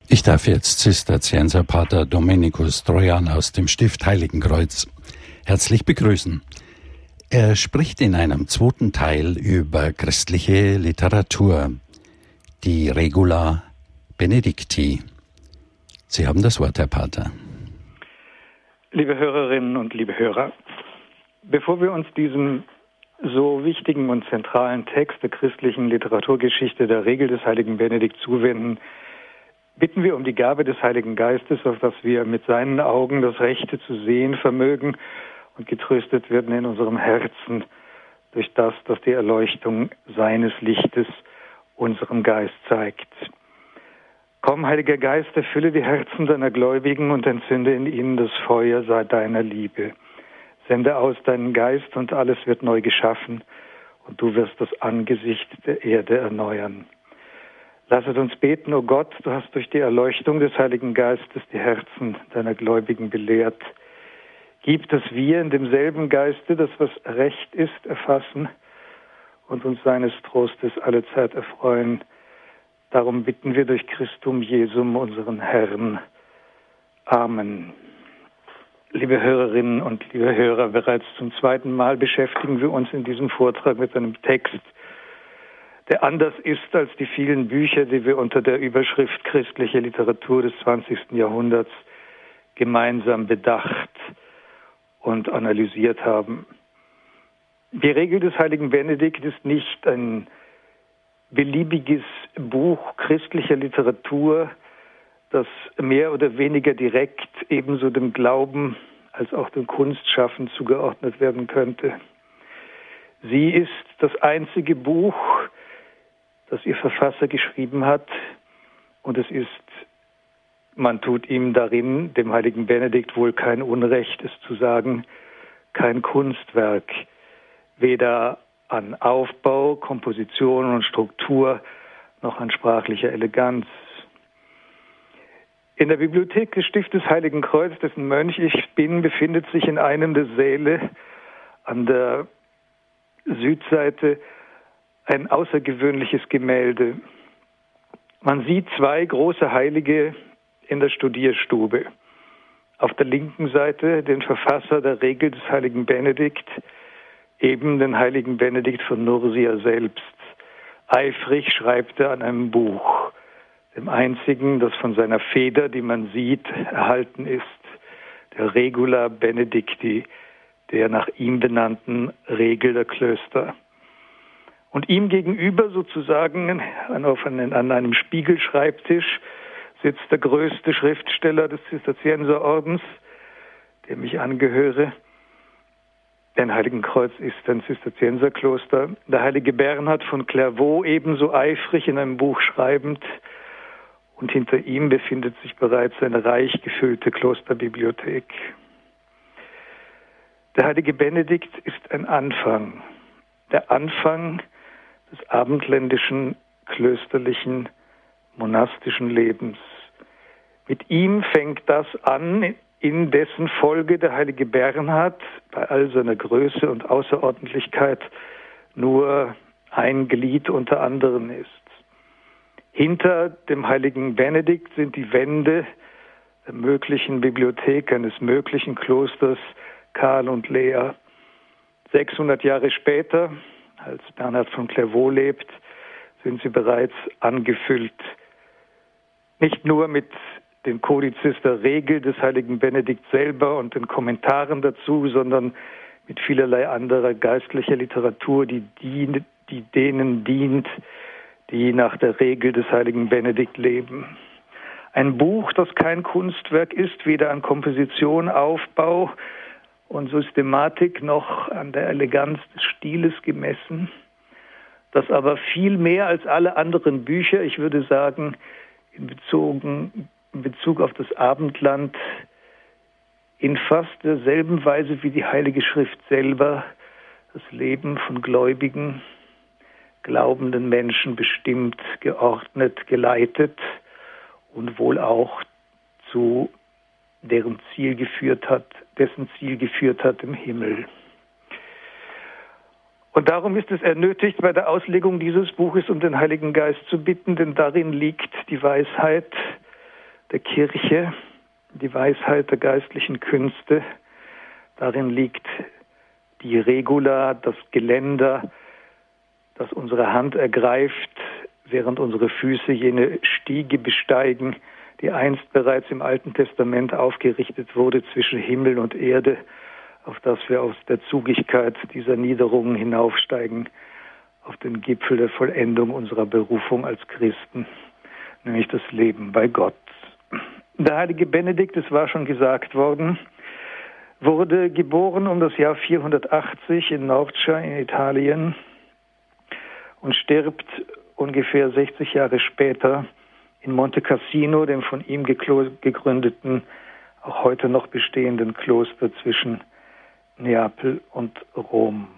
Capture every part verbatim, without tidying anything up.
Ich darf jetzt Zisterzienserpater Dominikus Trojan aus dem Stift Heiligenkreuz herzlich begrüßen. Er spricht in einem zweiten Teil über christliche Literatur, die Regula Benedicti. Sie haben das Wort, Herr Pater. Liebe Hörerinnen und liebe Hörer, bevor wir uns diesem so wichtigen und zentralen Text der christlichen Literaturgeschichte der Regel des heiligen Benedikt zuwenden, bitten wir um die Gabe des Heiligen Geistes, auf dass wir mit seinen Augen das Rechte zu sehen vermögen und getröstet werden in unserem Herzen durch das, das die Erleuchtung seines Lichtes unserem Geist zeigt. Komm, Heiliger Geist, erfülle die Herzen deiner Gläubigen und entzünde in ihnen das Feuer deiner Liebe. Sende aus deinen Geist und alles wird neu geschaffen und du wirst das Angesicht der Erde erneuern. Lasset uns beten, o Gott, du hast durch die Erleuchtung des Heiligen Geistes die Herzen deiner Gläubigen belehrt. Gib, dass wir in demselben Geiste das, was recht ist, erfassen und uns seines Trostes allezeit erfreuen. Darum bitten wir durch Christum Jesum, unseren Herrn. Amen. Liebe Hörerinnen und liebe Hörer, bereits zum zweiten Mal beschäftigen wir uns in diesem Vortrag mit einem Text, der anders ist als die vielen Bücher, die wir unter der Überschrift Christliche Literatur des zwanzigsten Jahrhunderts gemeinsam bedacht und analysiert haben. Die Regel des heiligen Benedikt ist nicht ein beliebiges Buch christlicher Literatur, das mehr oder weniger direkt ebenso dem Glauben als auch dem Kunstschaffen zugeordnet werden könnte. Sie ist das einzige Buch, das ihr Verfasser geschrieben hat, und es ist, man tut ihm darin, dem heiligen Benedikt, wohl kein Unrecht, es zu sagen, kein Kunstwerk, weder an Aufbau, Komposition und Struktur, noch an sprachlicher Eleganz. In der Bibliothek des Stiftes Heiligenkreuz, dessen Mönch ich bin, befindet sich in einem der Säle an der Südseite ein außergewöhnliches Gemälde. Man sieht zwei große Heilige in der Studierstube. Auf der linken Seite den Verfasser der Regel des heiligen Benedikt, eben den heiligen Benedikt von Nursia selbst. Eifrig schreibt er an einem Buch, dem einzigen, das von seiner Feder, die man sieht, erhalten ist, der Regula Benedicti, der nach ihm benannten Regel der Klöster. Und ihm gegenüber sozusagen auf einem, an einem Spiegelschreibtisch sitzt der größte Schriftsteller des Zisterzienserordens, dem ich angehöre. Denn Heiligenkreuz ist ein Zisterzienserkloster. Der heilige Bernhard von Clairvaux ebenso eifrig in einem Buch schreibend. Und hinter ihm befindet sich bereits eine reich gefüllte Klosterbibliothek. Der heilige Benedikt ist ein Anfang. Der Anfang des abendländischen, klösterlichen, monastischen Lebens. Mit ihm fängt das an, in dessen Folge der heilige Bernhard bei all seiner Größe und Außerordentlichkeit nur ein Glied unter anderen ist. Hinter dem heiligen Benedikt sind die Wände der möglichen Bibliothek eines möglichen Klosters kahl und leer. sechshundert Jahre später, als Bernhard von Clairvaux lebt, sind sie bereits angefüllt. Nicht nur mit den Kodizes der Regel des heiligen Benedikt selber und den Kommentaren dazu, sondern mit vielerlei anderer geistlicher Literatur, die, dient, die denen dient, die nach der Regel des heiligen Benedikt leben. Ein Buch, das kein Kunstwerk ist, weder an Komposition, Aufbau und Systematik noch an der Eleganz des Stiles gemessen, das aber viel mehr als alle anderen Bücher, ich würde sagen, in Bezug, in Bezug auf das Abendland in fast derselben Weise wie die Heilige Schrift selber das Leben von gläubigen, glaubenden Menschen bestimmt, geordnet, geleitet und wohl auch zu deren Ziel geführt hat, dessen Ziel geführt hat im Himmel. Und darum ist es ernötigt, bei der Auslegung dieses Buches um den Heiligen Geist zu bitten, denn darin liegt die Weisheit, der Kirche, die Weisheit der geistlichen Künste. Darin liegt die Regula, das Geländer, das unsere Hand ergreift, während unsere Füße jene Stiege besteigen, die einst bereits im Alten Testament aufgerichtet wurde zwischen Himmel und Erde, auf das wir aus der Zugigkeit dieser Niederungen hinaufsteigen, auf den Gipfel der Vollendung unserer Berufung als Christen, nämlich das Leben bei Gott. Der heilige Benedikt, es war schon gesagt worden, wurde geboren um das Jahr vierhundertachtzig in Norcia in Italien und stirbt ungefähr sechzig Jahre später in Monte Cassino, dem von ihm gegründeten, auch heute noch bestehenden Kloster zwischen Neapel und Rom.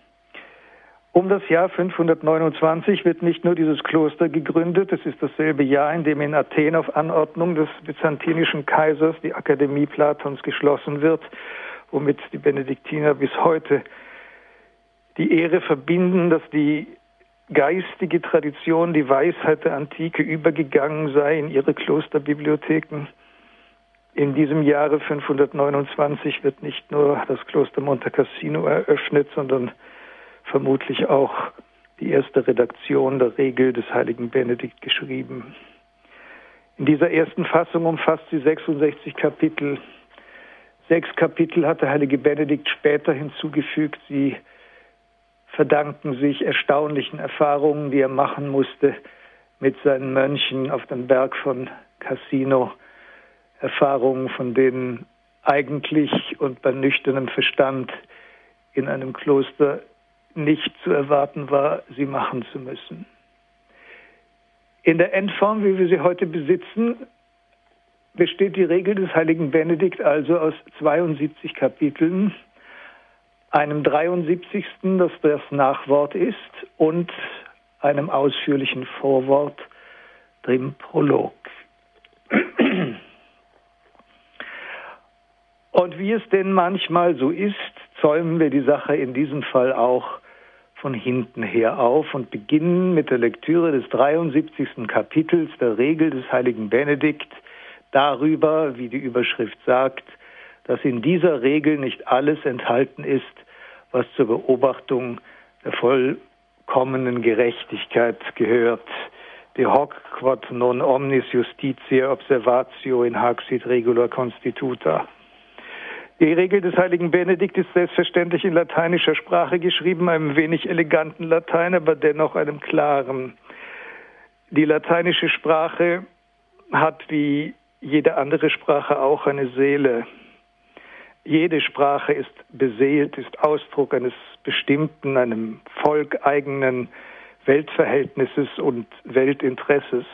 Um das Jahr fünfhundertneunundzwanzig wird nicht nur dieses Kloster gegründet, es ist dasselbe Jahr, in dem in Athen auf Anordnung des byzantinischen Kaisers die Akademie Platons geschlossen wird, womit die Benediktiner bis heute die Ehre verbinden, dass die geistige Tradition, die Weisheit der Antike übergegangen sei in ihre Klosterbibliotheken. In diesem Jahre fünfhundertneunundzwanzig wird nicht nur das Kloster Monte Cassino eröffnet, sondern vermutlich auch die erste Redaktion der Regel des heiligen Benedikt geschrieben. In dieser ersten Fassung umfasst sie sechsundsechzig Kapitel. Sechs Kapitel hat der heilige Benedikt später hinzugefügt. Sie verdanken sich erstaunlichen Erfahrungen, die er machen musste mit seinen Mönchen auf dem Berg von Cassino. Erfahrungen, von denen eigentlich und bei nüchternem Verstand in einem Kloster nicht zu erwarten war, sie machen zu müssen. In der Endform, wie wir sie heute besitzen, besteht die Regel des heiligen Benedikt also aus zweiundsiebzig Kapiteln, einem dreiundsiebzigsten, das das Nachwort ist, und einem ausführlichen Vorwort, dem Prolog. Und wie es denn manchmal so ist, zäumen wir die Sache in diesem Fall auch von hinten her auf und beginnen mit der Lektüre des dreiundsiebzigsten Kapitels der Regel des heiligen Benedikt darüber, wie die Überschrift sagt, dass in dieser Regel nicht alles enthalten ist, was zur Beobachtung der vollkommenen Gerechtigkeit gehört. De hoc quod non omnis justitiae observatio in hac sit regula constituta. Die Regel des heiligen Benedikt ist selbstverständlich in lateinischer Sprache geschrieben, einem wenig eleganten Latein, aber dennoch einem klaren. Die lateinische Sprache hat wie jede andere Sprache auch eine Seele. Jede Sprache ist beseelt, ist Ausdruck eines bestimmten, einem volkeigenen Weltverhältnisses und Weltinteresses.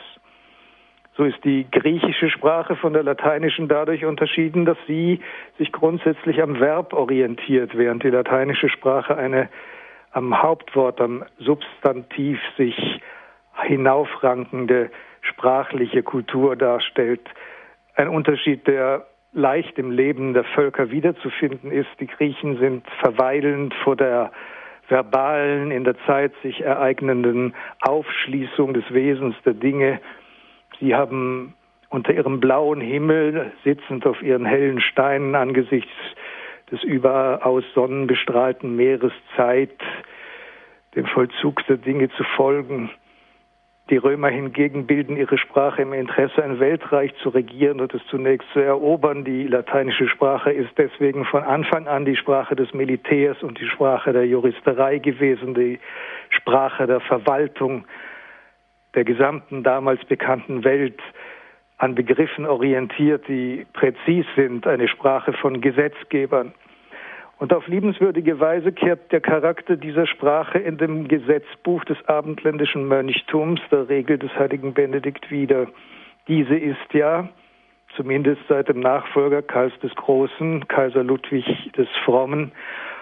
So ist die griechische Sprache von der lateinischen dadurch unterschieden, dass sie sich grundsätzlich am Verb orientiert, während die lateinische Sprache eine am Hauptwort, am Substantiv sich hinaufrankende sprachliche Kultur darstellt. Ein Unterschied, der leicht im Leben der Völker wiederzufinden ist. Die Griechen sind verweilend vor der verbalen, in der Zeit sich ereignenden Aufschließung des Wesens der Dinge. Sie haben unter ihrem blauen Himmel, sitzend auf ihren hellen Steinen angesichts des überaus sonnenbestrahlten Meeres, Zeit, dem Vollzug der Dinge zu folgen. Die Römer hingegen bilden ihre Sprache im Interesse, ein Weltreich zu regieren und es zunächst zu erobern. Die lateinische Sprache ist deswegen von Anfang an die Sprache des Militärs und die Sprache der Juristerei gewesen, die Sprache der Verwaltung der gesamten damals bekannten Welt, an Begriffen orientiert, die präzis sind, eine Sprache von Gesetzgebern. Und auf liebenswürdige Weise kehrt der Charakter dieser Sprache in dem Gesetzbuch des abendländischen Mönchtums, der Regel des heiligen Benedikt, wieder. Diese ist ja, zumindest seit dem Nachfolger Karls des Großen, Kaiser Ludwig des Frommen,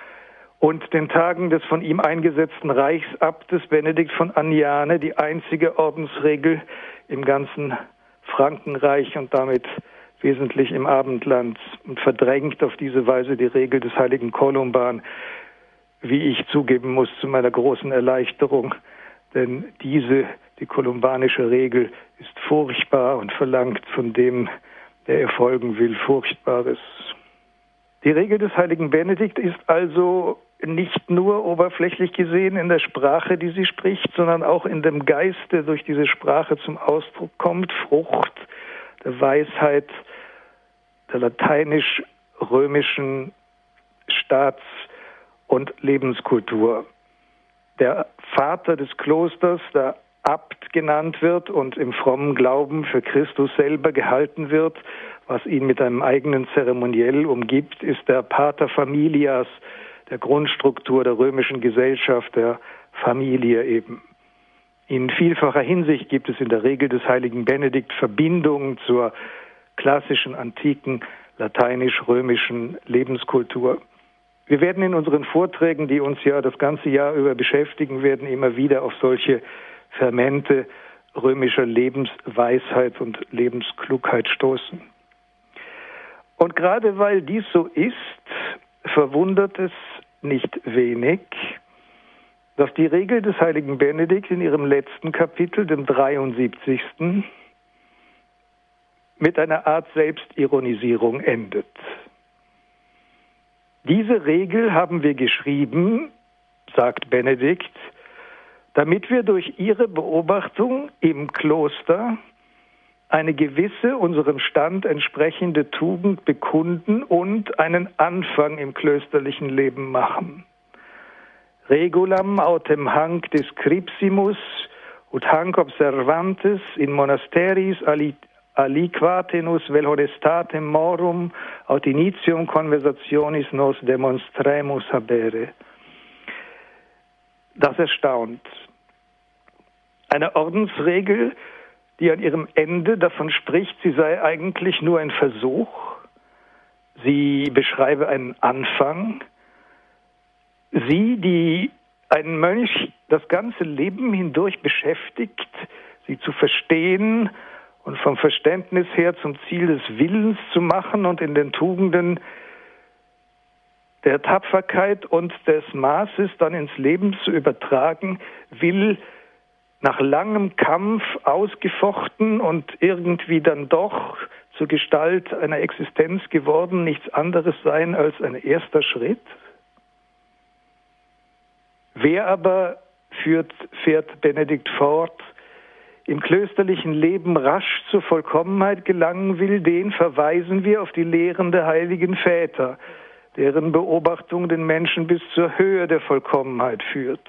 und den Tagen des von ihm eingesetzten Reichsabtes Benedikt von Aniane die einzige Ordensregel im ganzen Frankenreich und damit wesentlich im Abendland, und verdrängt auf diese Weise die Regel des heiligen Kolumban, wie ich zugeben muss, zu meiner großen Erleichterung, denn diese Die kolumbanische Regel ist furchtbar und verlangt von dem, der ihr folgen will, Furchtbares. Die Regel des heiligen Benedikt ist also nicht nur oberflächlich gesehen in der Sprache, die sie spricht, sondern auch in dem Geist, der durch diese Sprache zum Ausdruck kommt, Frucht der Weisheit der lateinisch-römischen Staats- und Lebenskultur. Der Vater des Klosters, der Abt genannt wird und im frommen Glauben für Christus selber gehalten wird, was ihn mit einem eigenen Zeremoniell umgibt, ist der Pater Familias, der Grundstruktur der römischen Gesellschaft, der Familie eben. In vielfacher Hinsicht gibt es in der Regel des heiligen Benedikt Verbindungen zur klassischen, antiken, lateinisch-römischen Lebenskultur. Wir werden in unseren Vorträgen, die uns ja das ganze Jahr über beschäftigen werden, immer wieder auf solche Fermente römischer Lebensweisheit und Lebensklugheit stoßen. Und gerade weil dies so ist, verwundert es nicht wenig, dass die Regel des heiligen Benedikt in ihrem letzten Kapitel, dem dreiundsiebzigsten, mit einer Art Selbstironisierung endet. Diese Regel haben wir geschrieben, sagt Benedikt, damit wir durch ihre Beobachtung im Kloster eine gewisse unserem Stand entsprechende Tugend bekunden und einen Anfang im klösterlichen Leben machen. Regulam autem hanc descripsimus ut hanc observantes in monasteris aliquatenus vel honestatem morum aut initium conversationis nos demonstremus habere. Das erstaunt. Eine Ordensregel, die an ihrem Ende davon spricht, sie sei eigentlich nur ein Versuch. Sie beschreibe einen Anfang. Sie, die einen Mönch das ganze Leben hindurch beschäftigt, sie zu verstehen und vom Verständnis her zum Ziel des Willens zu machen und in den Tugenden der Tapferkeit und des Maßes dann ins Leben zu übertragen, will nach langem Kampf ausgefochten und irgendwie dann doch zur Gestalt einer Existenz geworden, nichts anderes sein als ein erster Schritt. Wer aber, führt, fährt Benedikt fort, im klösterlichen Leben rasch zur Vollkommenheit gelangen will, den verweisen wir auf die Lehren der heiligen Väter, deren Beobachtung den Menschen bis zur Höhe der Vollkommenheit führt.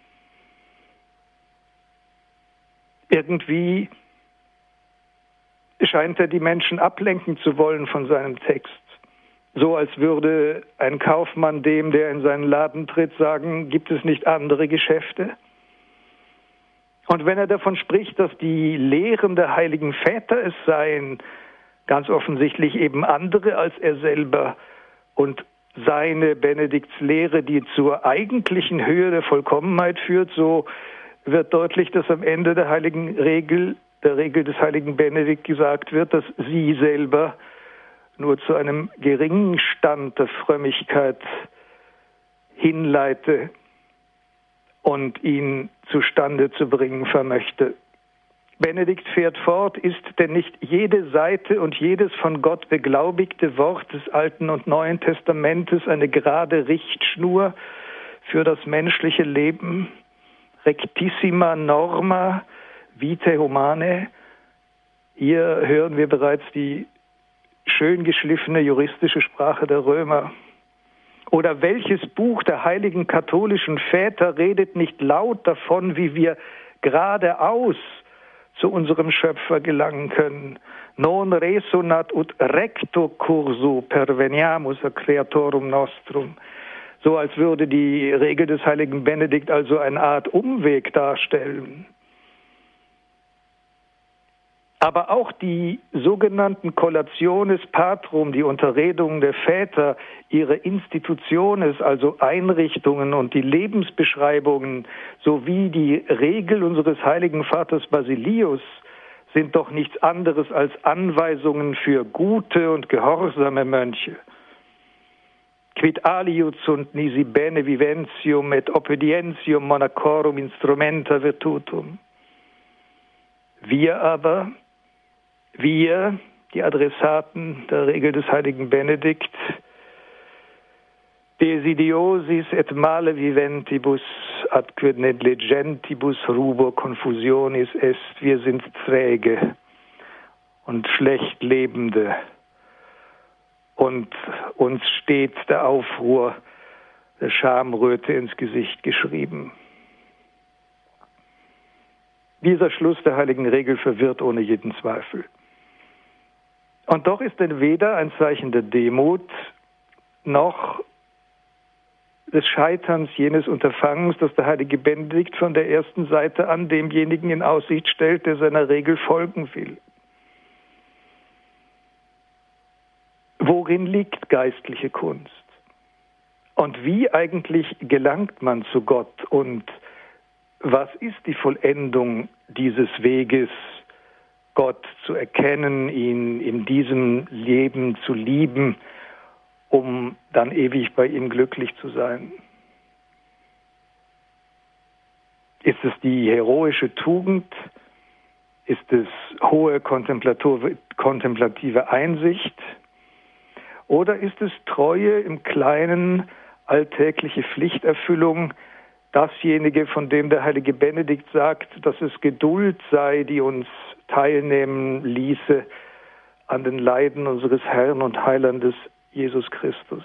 Irgendwie scheint er die Menschen ablenken zu wollen von seinem Text. So als würde ein Kaufmann dem, der in seinen Laden tritt, sagen, gibt es nicht andere Geschäfte? Und wenn er davon spricht, dass die Lehren der heiligen Väter es seien, ganz offensichtlich eben andere als er selber und seine Benedikts Lehre, die zur eigentlichen Höhe der Vollkommenheit führt, so wird deutlich, dass am Ende der heiligen Regel, der Regel des heiligen Benedikt gesagt wird, dass sie selber nur zu einem geringen Stand der Frömmigkeit hinleite und ihn zustande zu bringen vermöchte. Benedikt fährt fort, ist denn nicht jede Seite und jedes von Gott beglaubigte Wort des Alten und Neuen Testamentes eine gerade Richtschnur für das menschliche Leben? Rectissima norma vitae humanae. Hier hören wir bereits die schön geschliffene juristische Sprache der Römer. Oder welches Buch der heiligen katholischen Väter redet nicht laut davon, wie wir geradeaus zu unserem Schöpfer gelangen können? Non resonat ut recto cursu perveniamus a creatorum nostrum. So als würde die Regel des heiligen Benedikt also eine Art Umweg darstellen. Aber auch die sogenannten Collationes Patrum, die Unterredungen der Väter, ihre Institutiones, also Einrichtungen und die Lebensbeschreibungen sowie die Regel unseres heiligen Vaters Basilius sind doch nichts anderes als Anweisungen für gute und gehorsame Mönche. Quid aliud sunt nisi bene viventium et obedientium monachorum instrumenta virtutum. Wir aber, wir, die Adressaten der Regel des heiligen Benedikt, desidiosis et male viventibus atque negligentibus rubor confusionis est, wir sind träge und schlecht Lebende und uns steht der Aufruhr der Schamröte ins Gesicht geschrieben. Dieser Schluss der heiligen Regel verwirrt ohne jeden Zweifel. Und doch ist denn weder ein Zeichen der Demut noch des Scheiterns jenes Unterfangens, das der heilige Benedikt von der ersten Seite an demjenigen in Aussicht stellt, der seiner Regel folgen will. Worin liegt geistliche Kunst? Und wie eigentlich gelangt man zu Gott? Und was ist die Vollendung dieses Weges, Gott zu erkennen, ihn in diesem Leben zu lieben, um dann ewig bei ihm glücklich zu sein? Ist es die heroische Tugend? Ist es hohe kontemplative Einsicht? Oder ist es Treue im Kleinen, alltägliche Pflichterfüllung, dasjenige, von dem der heilige Benedikt sagt, dass es Geduld sei, die uns teilnehmen ließe an den Leiden unseres Herrn und Heilandes Jesus Christus.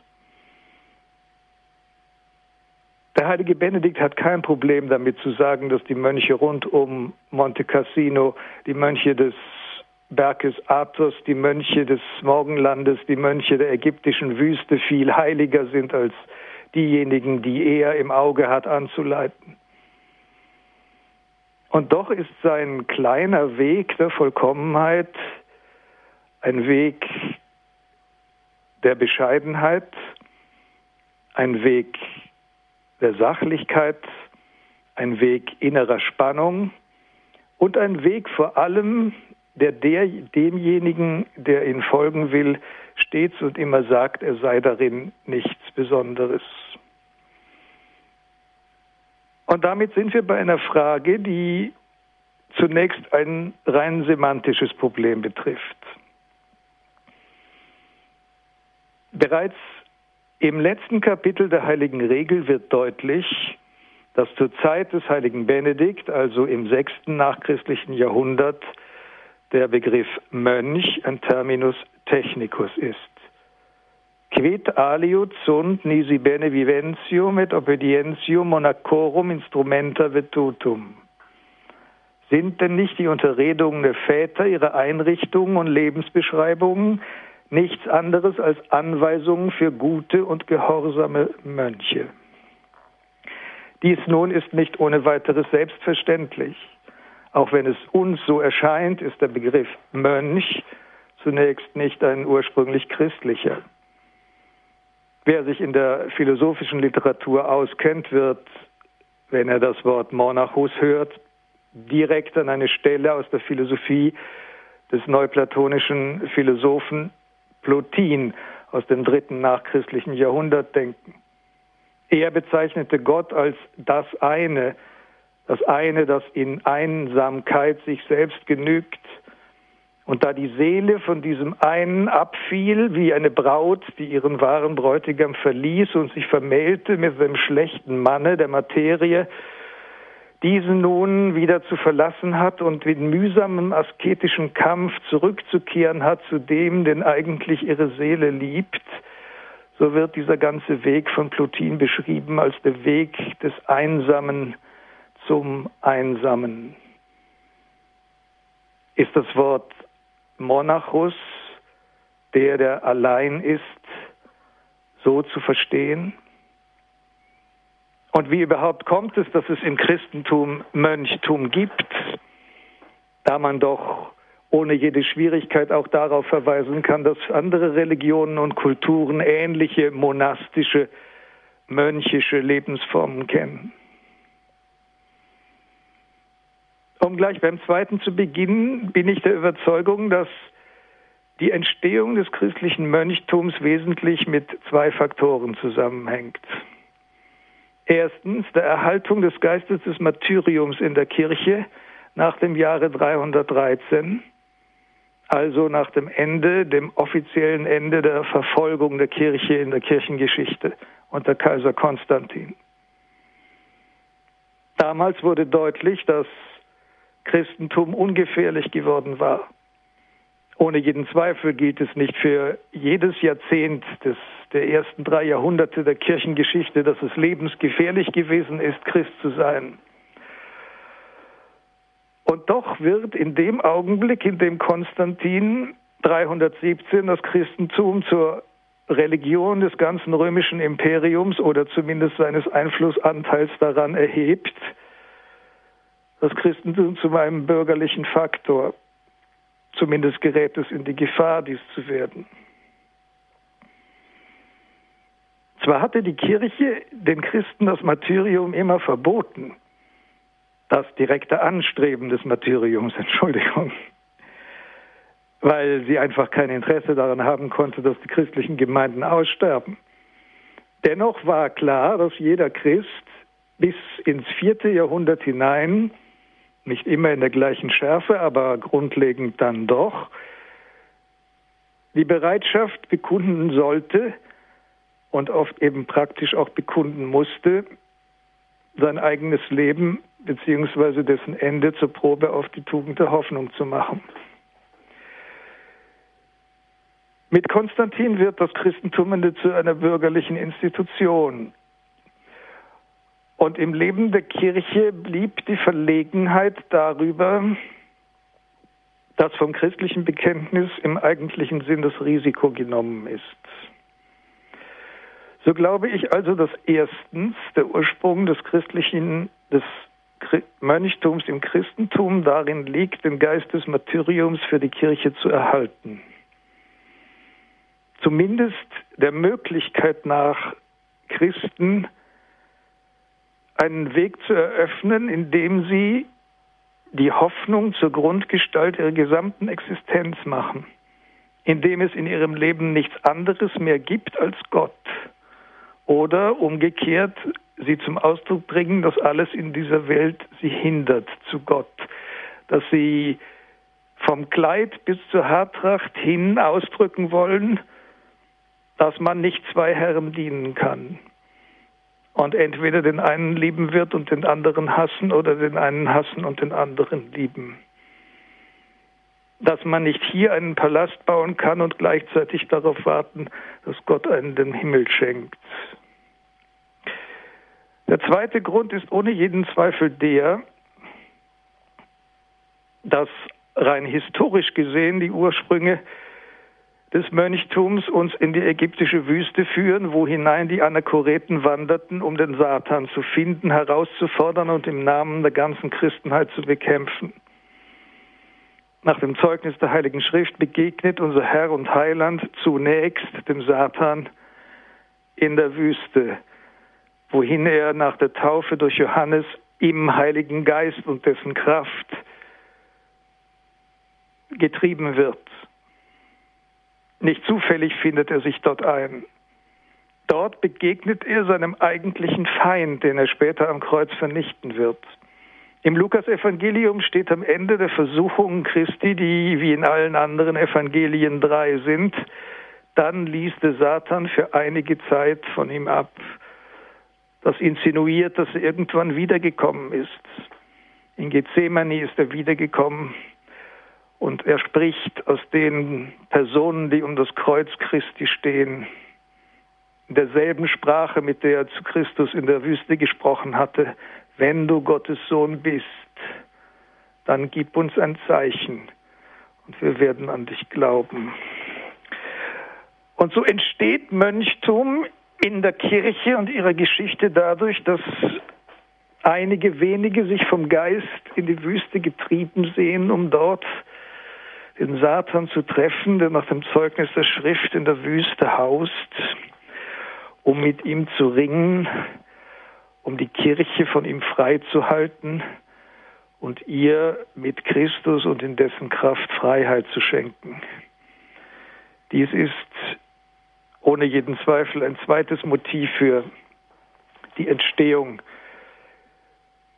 Der heilige Benedikt hat kein Problem damit zu sagen, dass die Mönche rund um Monte Cassino, die Mönche des Berges Athos, die Mönche des Morgenlandes, die Mönche der ägyptischen Wüste viel heiliger sind als diejenigen, die er im Auge hat anzuleiten. Und doch ist sein kleiner Weg der Vollkommenheit ein Weg der Bescheidenheit, ein Weg der Sachlichkeit, ein Weg innerer Spannung und ein Weg vor allem, der, der demjenigen, der ihn folgen will, stets und immer sagt, er sei darin nichts Besonderes. Und damit sind wir bei einer Frage, die zunächst ein rein semantisches Problem betrifft. Bereits im letzten Kapitel der Heiligen Regel wird deutlich, dass zur Zeit des heiligen Benedikt, also im sechsten nachchristlichen Jahrhundert, der Begriff Mönch ein Terminus technicus ist. Quid aliud sunt nisi bene viventium et obedientium monacorum instrumenta vetutum. Sind denn nicht die Unterredungen der Väter, ihre Einrichtungen und Lebensbeschreibungen nichts anderes als Anweisungen für gute und gehorsame Mönche? Dies nun ist nicht ohne weiteres selbstverständlich. Auch wenn es uns so erscheint, ist der Begriff Mönch zunächst nicht ein ursprünglich christlicher. Wer sich in der philosophischen Literatur auskennt, wird, wenn er das Wort Monachus hört, direkt an eine Stelle aus der Philosophie des neuplatonischen Philosophen Plotin aus dem dritten nachchristlichen Jahrhundert denken. Er bezeichnete Gott als das eine, das eine, das in Einsamkeit sich selbst genügt. Und da die Seele von diesem einen abfiel, wie eine Braut, die ihren wahren Bräutigam verließ und sich vermählte mit dem schlechten Manne der Materie, diesen nun wieder zu verlassen hat und mit mühsamem asketischen Kampf zurückzukehren hat zu dem, den eigentlich ihre Seele liebt, so wird dieser ganze Weg von Plotin beschrieben als der Weg des Einsamen zum Einsamen. Ist das Wort Monachus, der, der allein ist, so zu verstehen? Und wie überhaupt kommt es, dass es im Christentum Mönchtum gibt, da man doch ohne jede Schwierigkeit auch darauf verweisen kann, dass andere Religionen und Kulturen ähnliche monastische, mönchische Lebensformen kennen? Um gleich beim zweiten zu beginnen, bin ich der Überzeugung, dass die Entstehung des christlichen Mönchtums wesentlich mit zwei Faktoren zusammenhängt. Erstens der Erhaltung des Geistes des Martyriums in der Kirche nach dem Jahre dreihundertdreizehn, also nach dem Ende, dem offiziellen Ende der Verfolgung der Kirche in der Kirchengeschichte unter Kaiser Konstantin. Damals wurde deutlich, dass Christentum ungefährlich geworden war. Ohne jeden Zweifel gilt es nicht für jedes Jahrzehnt des, der ersten drei Jahrhunderte der Kirchengeschichte, dass es lebensgefährlich gewesen ist, Christ zu sein. Und doch wird in dem Augenblick, in dem Konstantin dreihundertsiebzehn das Christentum zur Religion des ganzen römischen Imperiums oder zumindest seines Einflussanteils daran erhebt, das Christentum zu einem bürgerlichen Faktor. Zumindest gerät es in die Gefahr, dies zu werden. Zwar hatte die Kirche den Christen das Martyrium immer verboten, das direkte Anstreben des Martyriums, Entschuldigung, weil sie einfach kein Interesse daran haben konnte, dass die christlichen Gemeinden aussterben. Dennoch war klar, dass jeder Christ bis ins vierte Jahrhundert hinein, nicht immer in der gleichen Schärfe, aber grundlegend dann doch, die Bereitschaft bekunden sollte und oft eben praktisch auch bekunden musste, sein eigenes Leben beziehungsweise dessen Ende zur Probe auf die Tugend der Hoffnung zu machen. Mit Konstantin wird das Christentum zu einer bürgerlichen Institution. Und im Leben der Kirche blieb die Verlegenheit darüber, dass vom christlichen Bekenntnis im eigentlichen Sinn das Risiko genommen ist. So glaube ich also, dass erstens der Ursprung des christlichen, des Mönchtums im Christentum darin liegt, den Geist des Martyriums für die Kirche zu erhalten. Zumindest der Möglichkeit nach, Christen einen Weg zu eröffnen, indem sie die Hoffnung zur Grundgestalt ihrer gesamten Existenz machen, indem es in ihrem Leben nichts anderes mehr gibt als Gott. Oder umgekehrt, sie zum Ausdruck bringen, dass alles in dieser Welt sie hindert zu Gott, dass sie vom Kleid bis zur Haartracht hin ausdrücken wollen, dass man nicht zwei Herren dienen kann und entweder den einen lieben wird und den anderen hassen oder den einen hassen und den anderen lieben. Dass man nicht hier einen Palast bauen kann und gleichzeitig darauf warten, dass Gott einen den Himmel schenkt. Der zweite Grund ist ohne jeden Zweifel der, dass rein historisch gesehen die Ursprünge des Mönchtums uns in die ägyptische Wüste führen, wo hinein die Anachoreten wanderten, um den Satan zu finden, herauszufordern und im Namen der ganzen Christenheit zu bekämpfen. Nach dem Zeugnis der Heiligen Schrift begegnet unser Herr und Heiland zunächst dem Satan in der Wüste, wohin er nach der Taufe durch Johannes im Heiligen Geist und dessen Kraft getrieben wird. Nicht zufällig findet er sich dort ein. Dort begegnet er seinem eigentlichen Feind, den er später am Kreuz vernichten wird. Im Lukas-Evangelium steht am Ende der Versuchungen Christi, die wie in allen anderen Evangelien drei sind, dann ließ der Satan für einige Zeit von ihm ab. Das insinuiert, dass er irgendwann wiedergekommen ist. In Gethsemane ist er wiedergekommen. Und er spricht aus den Personen, die um das Kreuz Christi stehen, in derselben Sprache, mit der er zu Christus in der Wüste gesprochen hatte: Wenn du Gottes Sohn bist, dann gib uns ein Zeichen und wir werden an dich glauben. Und so entsteht Mönchtum in der Kirche und ihrer Geschichte dadurch, dass einige wenige sich vom Geist in die Wüste getrieben sehen, um dort den Satan zu treffen, der nach dem Zeugnis der Schrift in der Wüste haust, um mit ihm zu ringen, um die Kirche von ihm frei zu halten und ihr mit Christus und in dessen Kraft Freiheit zu schenken. Dies ist ohne jeden Zweifel ein zweites Motiv für die Entstehung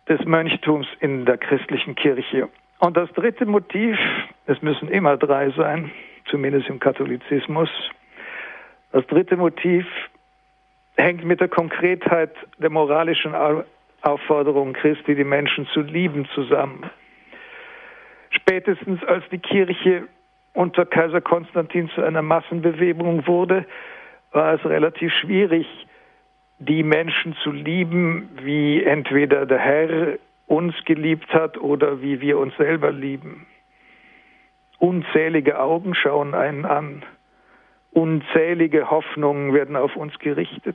des Mönchtums in der christlichen Kirche. Und das dritte Motiv, es müssen immer drei sein, zumindest im Katholizismus, das dritte Motiv hängt mit der Konkretheit der moralischen Aufforderung Christi, die Menschen zu lieben, zusammen. Spätestens als die Kirche unter Kaiser Konstantin zu einer Massenbewegung wurde, war es relativ schwierig, die Menschen zu lieben, wie entweder der Herr uns geliebt hat oder wie wir uns selber lieben. Unzählige Augen schauen einen an. Unzählige Hoffnungen werden auf uns gerichtet.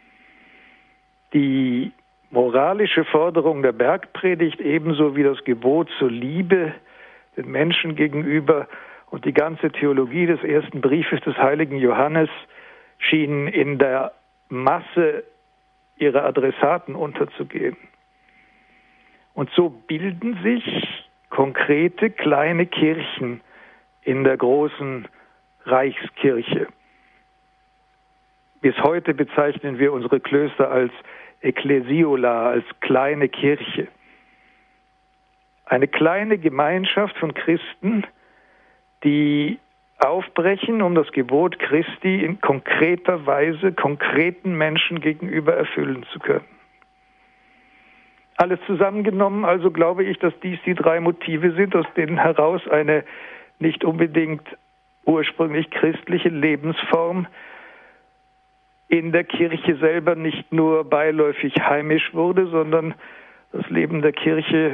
Die moralische Forderung der Bergpredigt, ebenso wie das Gebot zur Liebe den Menschen gegenüber und die ganze Theologie des ersten Briefes des heiligen Johannes, schienen in der Masse ihrer Adressaten unterzugehen. Und so bilden sich konkrete kleine Kirchen in der großen Reichskirche. Bis heute bezeichnen wir unsere Klöster als Ekklesiola, als kleine Kirche. Eine kleine Gemeinschaft von Christen, die aufbrechen, um das Gebot Christi in konkreter Weise konkreten Menschen gegenüber erfüllen zu können. Alles zusammengenommen, also glaube ich, dass dies die drei Motive sind, aus denen heraus eine nicht unbedingt ursprünglich christliche Lebensform in der Kirche selber nicht nur beiläufig heimisch wurde, sondern das Leben der Kirche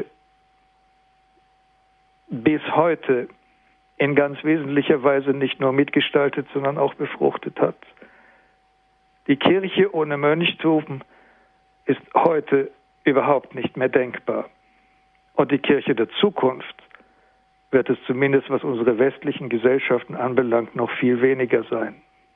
bis heute in ganz wesentlicher Weise nicht nur mitgestaltet, sondern auch befruchtet hat. Die Kirche ohne Mönchtum ist heute überhaupt nicht mehr denkbar. Und die Kirche der Zukunft wird es zumindest, was unsere westlichen Gesellschaften anbelangt, noch viel weniger sein.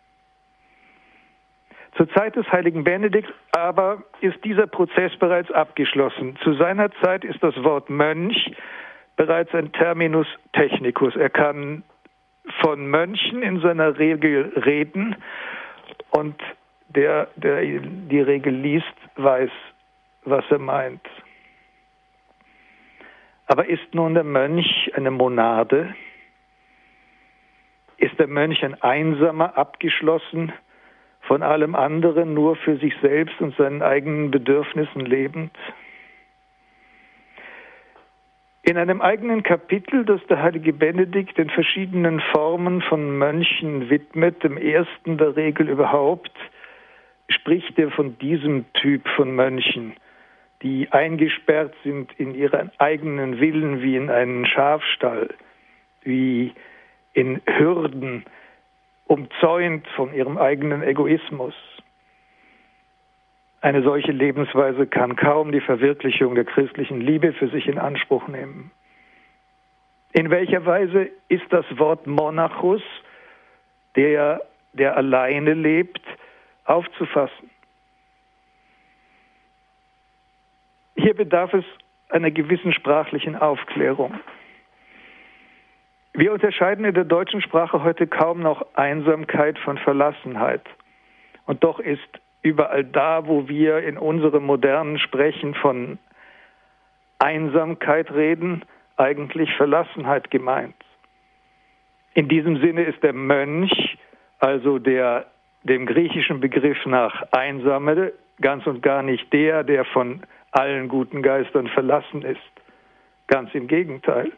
Zur Zeit des heiligen Benedikt aber ist dieser Prozess bereits abgeschlossen. Zu seiner Zeit ist das Wort Mönch bereits ein Terminus technicus. Er kann von Mönchen in seiner Regel reden und der, der die Regel liest, weiß, was er meint. Aber ist nun der Mönch eine Monade? Ist der Mönch ein Einsamer, abgeschlossen, von allem anderen, nur für sich selbst und seinen eigenen Bedürfnissen lebend? In einem eigenen Kapitel, das der heilige Benedikt den verschiedenen Formen von Mönchen widmet, dem ersten der Regel überhaupt, spricht er von diesem Typ von Mönchen, die eingesperrt sind in ihren eigenen Willen wie in einen Schafstall, wie in Hürden, umzäunt von ihrem eigenen Egoismus. Eine solche Lebensweise kann kaum die Verwirklichung der christlichen Liebe für sich in Anspruch nehmen. In welcher Weise ist das Wort Monachus, der, der alleine lebt, aufzufassen? Hier bedarf es einer gewissen sprachlichen Aufklärung. Wir unterscheiden in der deutschen Sprache heute kaum noch Einsamkeit von Verlassenheit. Und doch ist überall da, wo wir in unserem modernen Sprechen von Einsamkeit reden, eigentlich Verlassenheit gemeint. In diesem Sinne ist der Mönch, also der dem griechischen Begriff nach Einsame, ganz und gar nicht der, der von allen guten Geistern verlassen ist. Ganz im Gegenteil.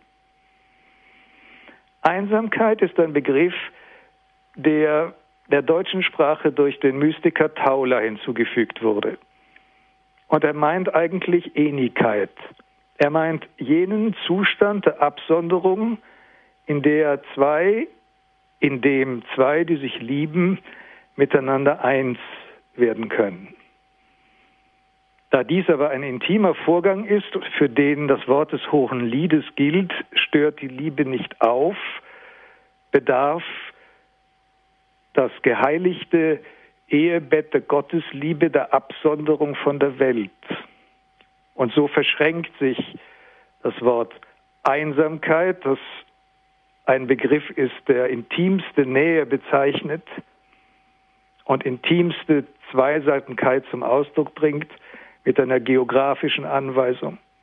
Einsamkeit ist ein Begriff, der der deutschen Sprache durch den Mystiker Tauler hinzugefügt wurde. Und er meint eigentlich Ähnlichkeit. Er meint jenen Zustand der Absonderung, in der zwei, in dem zwei, die sich lieben, miteinander eins werden können. Da dies aber ein intimer Vorgang ist, für den das Wort des Hohen Liedes gilt, stört die Liebe nicht auf, bedarf das geheiligte Ehebett der Gottesliebe der Absonderung von der Welt. Und so verschränkt sich das Wort Einsamkeit, das ein Begriff ist, der intimste Nähe bezeichnet und intimste Zweiseitigkeit zum Ausdruck bringt, mit einer geografischen Anweisung.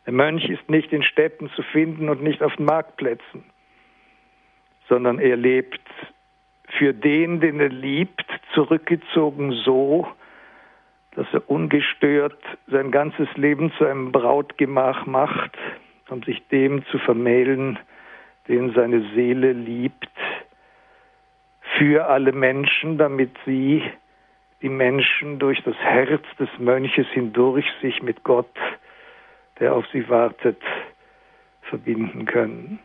Der Mönch ist nicht in Städten zu finden und nicht auf den Marktplätzen, sondern er lebt für den, den er liebt, zurückgezogen so, dass er ungestört sein ganzes Leben zu einem Brautgemach macht, um sich dem zu vermählen, den seine Seele liebt, für alle Menschen, damit sie, die Menschen, durch das Herz des Mönches hindurch sich mit Gott, der auf sie wartet, verbinden können.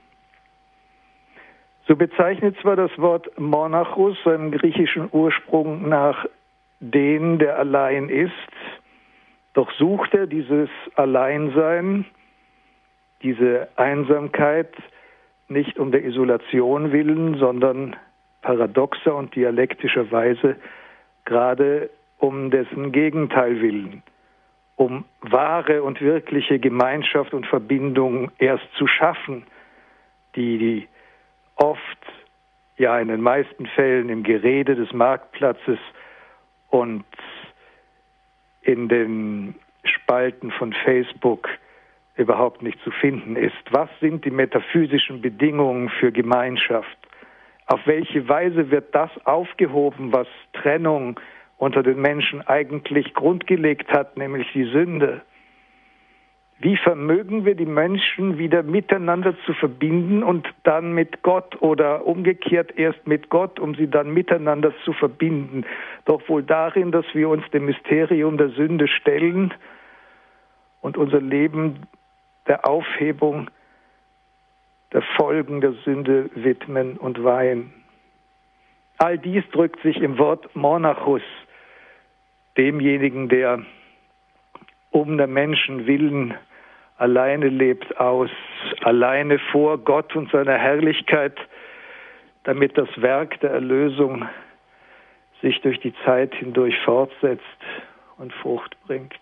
So bezeichnet zwar das Wort Monachus seinem griechischen Ursprung nach den, der allein ist, doch sucht er dieses Alleinsein, diese Einsamkeit nicht um der Isolation willen, sondern paradoxer und dialektischerweise gerade um dessen Gegenteil willen, um wahre und wirkliche Gemeinschaft und Verbindung erst zu schaffen, die, die oft, ja in den meisten Fällen im Gerede des Marktplatzes und in den Spalten von Facebook überhaupt nicht zu finden ist. Was sind die metaphysischen Bedingungen für Gemeinschaft? Auf welche Weise wird das aufgehoben, was Trennung unter den Menschen eigentlich grundgelegt hat, nämlich die Sünde? Wie vermögen wir die Menschen wieder miteinander zu verbinden und dann mit Gott oder umgekehrt erst mit Gott, um sie dann miteinander zu verbinden? Doch wohl darin, dass wir uns dem Mysterium der Sünde stellen und unser Leben der Aufhebung der Folgen der Sünde widmen und weihen. All dies drückt sich im Wort Monachus, demjenigen, der um der Menschen willen alleine lebt, aus, alleine vor Gott und seiner Herrlichkeit, damit das Werk der Erlösung sich durch die Zeit hindurch fortsetzt und Frucht bringt.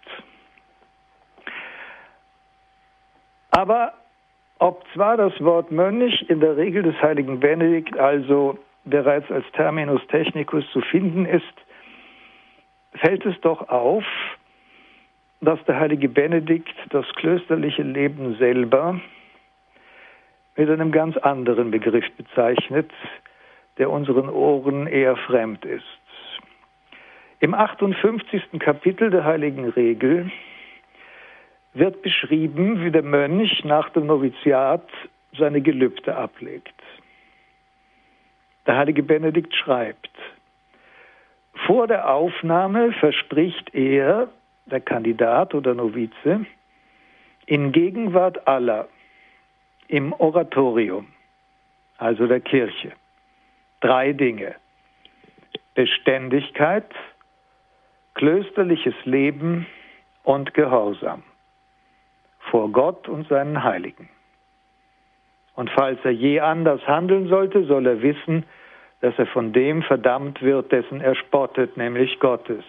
Aber ob zwar das Wort Mönch in der Regel des heiligen Benedikt also bereits als Terminus technicus zu finden ist, fällt es doch auf, dass der heilige Benedikt das klösterliche Leben selber mit einem ganz anderen Begriff bezeichnet, der unseren Ohren eher fremd ist. Im achtundfünfzigsten Kapitel der Heiligen Regel wird beschrieben, wie der Mönch nach dem Noviziat seine Gelübde ablegt. Der heilige Benedikt schreibt: Vor der Aufnahme verspricht er, der Kandidat oder Novize, in Gegenwart aller, im Oratorium, also der Kirche, drei Dinge: Beständigkeit, klösterliches Leben und Gehorsam vor Gott und seinen Heiligen. Und falls er je anders handeln sollte, soll er wissen, dass er von dem verdammt wird, dessen er spottet, nämlich Gottes.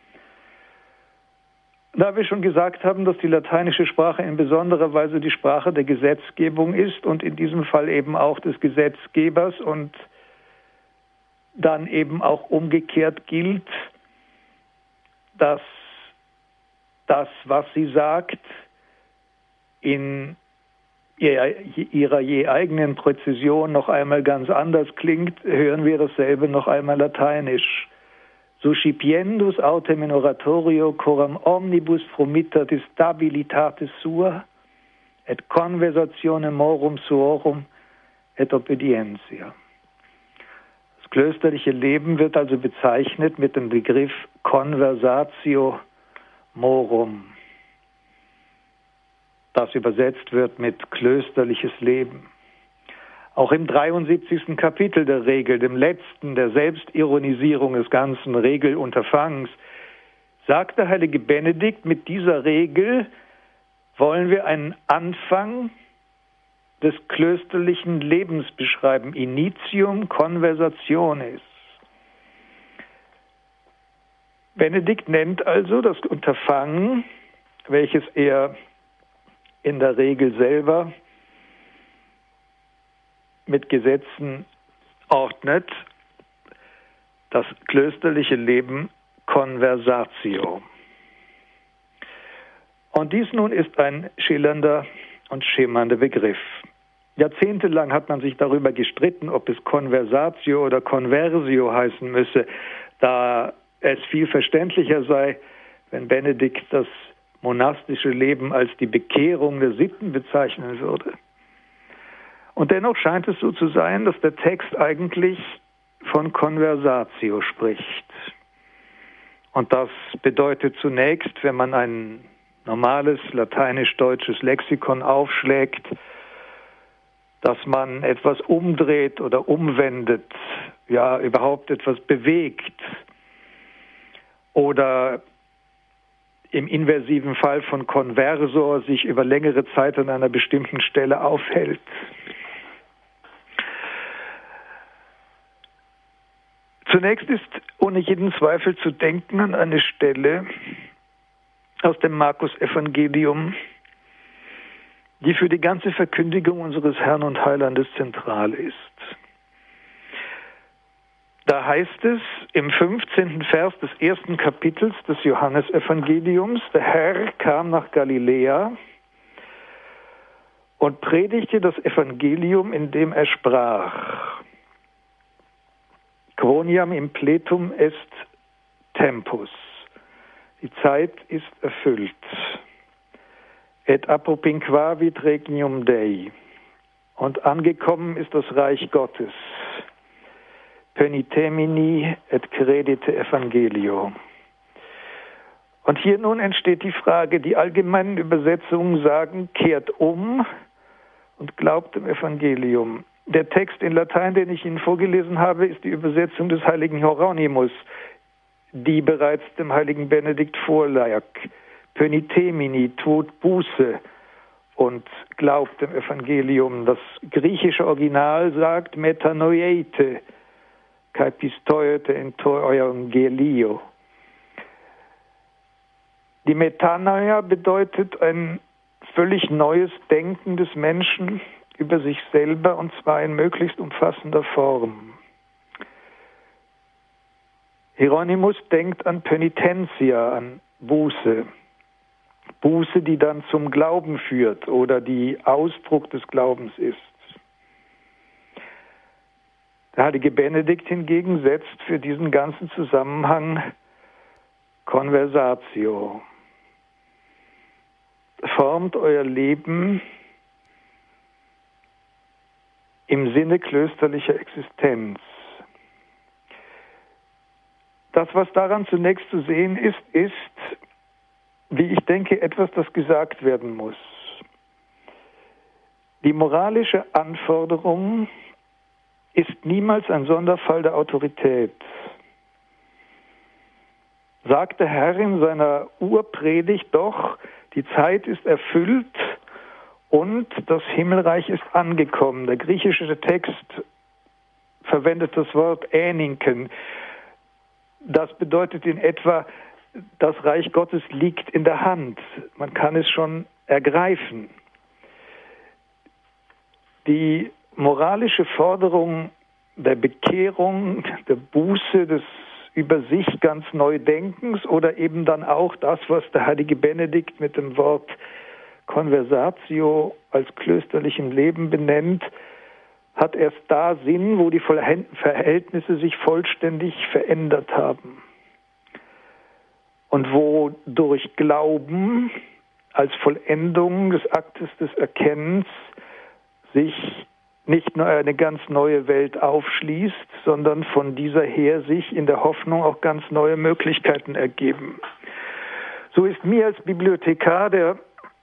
Da wir schon gesagt haben, dass die lateinische Sprache in besonderer Weise die Sprache der Gesetzgebung ist und in diesem Fall eben auch des Gesetzgebers und dann eben auch umgekehrt gilt, dass das, was sie sagt, in ihrer je eigenen Präzision noch einmal ganz anders klingt, hören wir dasselbe noch einmal lateinisch. Suscipiendus autem in oratorio coram omnibus promittatis stabilitatis sua et conversatione morum suorum et obedientia. Das klösterliche Leben wird also bezeichnet mit dem Begriff conversatio morum, das übersetzt wird mit klösterliches Leben. Auch im dreiundsiebzigsten Kapitel der Regel, dem letzten der Selbstironisierung des ganzen Regelunterfangens, sagt der heilige Benedikt, mit dieser Regel wollen wir einen Anfang des klösterlichen Lebens beschreiben. Initium conversationis. Benedikt nennt also das Unterfangen, welches er in der Regel selber mit Gesetzen ordnet, das klösterliche Leben Conversatio. Und dies nun ist ein schillernder und schimmernder Begriff. Jahrzehntelang hat man sich darüber gestritten, ob es Conversatio oder Conversio heißen müsse, da es viel verständlicher sei, wenn Benedikt das monastische Leben als die Bekehrung der Sitten bezeichnen würde. Und dennoch scheint es so zu sein, dass der Text eigentlich von Conversatio spricht. Und das bedeutet zunächst, wenn man ein normales lateinisch-deutsches Lexikon aufschlägt, dass man etwas umdreht oder umwendet, ja, überhaupt etwas bewegt oder im inversiven Fall von Conversor sich über längere Zeit an einer bestimmten Stelle aufhält. Zunächst ist ohne jeden Zweifel zu denken an eine Stelle aus dem Markus-Evangelium, die für die ganze Verkündigung unseres Herrn und Heilandes zentral ist. Da heißt es im fünfzehnten Vers des ersten Kapitels des Johannesevangeliums, der Herr kam nach Galiläa und predigte das Evangelium, indem er sprach: Quoniam impletum est tempus. Die Zeit ist erfüllt. Et apopinquavit regnum Dei. Und angekommen ist das Reich Gottes. Penitemini et credite evangelio. Und hier nun entsteht die Frage, die allgemeinen Übersetzungen sagen, kehrt um und glaubt dem Evangelium. Der Text in Latein, den ich Ihnen vorgelesen habe, ist die Übersetzung des heiligen Hieronymus, die bereits dem heiligen Benedikt vorlag. Penitemini, tut Buße und glaubt dem Evangelium. Das griechische Original sagt metanoieite, kai pistoiete in to euangelio. Die Metanoia bedeutet ein völlig neues Denken des Menschen über sich selber, und zwar in möglichst umfassender Form. Hieronymus denkt an Penitentia, an Buße. Buße, die dann zum Glauben führt oder die Ausdruck des Glaubens ist. Der heilige Benedikt hingegen setzt für diesen ganzen Zusammenhang Conversatio. Formt euer Leben im Sinne klösterlicher Existenz. Das, was daran zunächst zu sehen ist, ist, wie ich denke, etwas, das gesagt werden muss. Die moralische Anforderung ist niemals ein Sonderfall der Autorität. Sagt der Herr in seiner Urpredigt doch, die Zeit ist erfüllt und das Himmelreich ist angekommen. Der griechische Text verwendet das Wort äninken. Das bedeutet in etwa, das Reich Gottes liegt in der Hand. Man kann es schon ergreifen. Die moralische Forderung der Bekehrung, der Buße, des über sich ganz neu Denkens oder eben dann auch das, was der heilige Benedikt mit dem Wort Conversatio als klösterlichem Leben benennt, hat erst da Sinn, wo die Verhältnisse sich vollständig verändert haben. Und wo durch Glauben als Vollendung des Aktes des Erkennens sich nicht nur eine ganz neue Welt aufschließt, sondern von dieser her sich in der Hoffnung auch ganz neue Möglichkeiten ergeben. So ist mir als Bibliothekar, der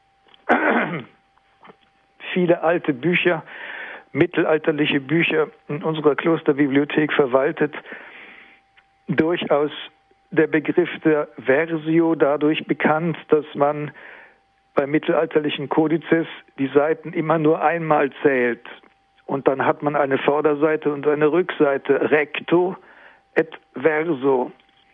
viele alte Bücher, mittelalterliche Bücher in unserer Klosterbibliothek verwaltet, durchaus der Begriff der Versio dadurch bekannt, dass man bei mittelalterlichen Kodizes die Seiten immer nur einmal zählt. Und dann hat man eine Vorderseite und eine Rückseite, recto et verso.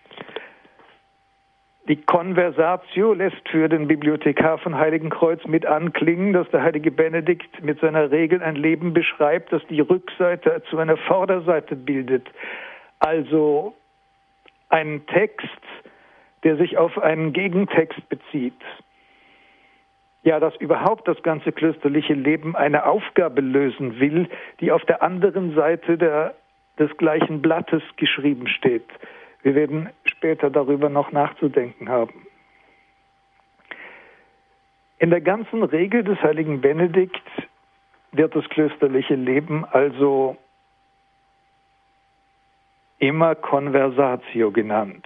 Die Conversatio lässt für den Bibliothekar von Heiligenkreuz mit anklingen, dass der heilige Benedikt mit seiner Regel ein Leben beschreibt, das die Rückseite zu einer Vorderseite bildet. Also ein Text, der sich auf einen Gegentext bezieht. Ja, dass überhaupt das ganze klösterliche Leben eine Aufgabe lösen will, die auf der anderen Seite der, des gleichen Blattes geschrieben steht. Wir werden später darüber noch nachzudenken haben. In der ganzen Regel des heiligen Benedikt wird das klösterliche Leben also immer Conversatio genannt,